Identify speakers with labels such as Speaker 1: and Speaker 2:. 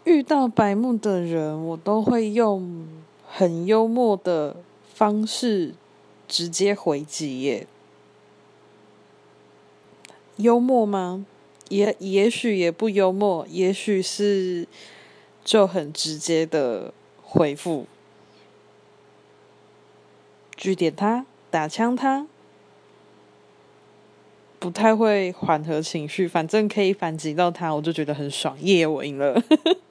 Speaker 1: 遇到白目的人，我都会用很幽默的方式直接回击耶。幽默吗？也许也不幽默，也许是就很直接的回复，据点他，打枪他，不太会缓和情绪，反正可以反击到他，我就觉得很爽，耶，我赢了。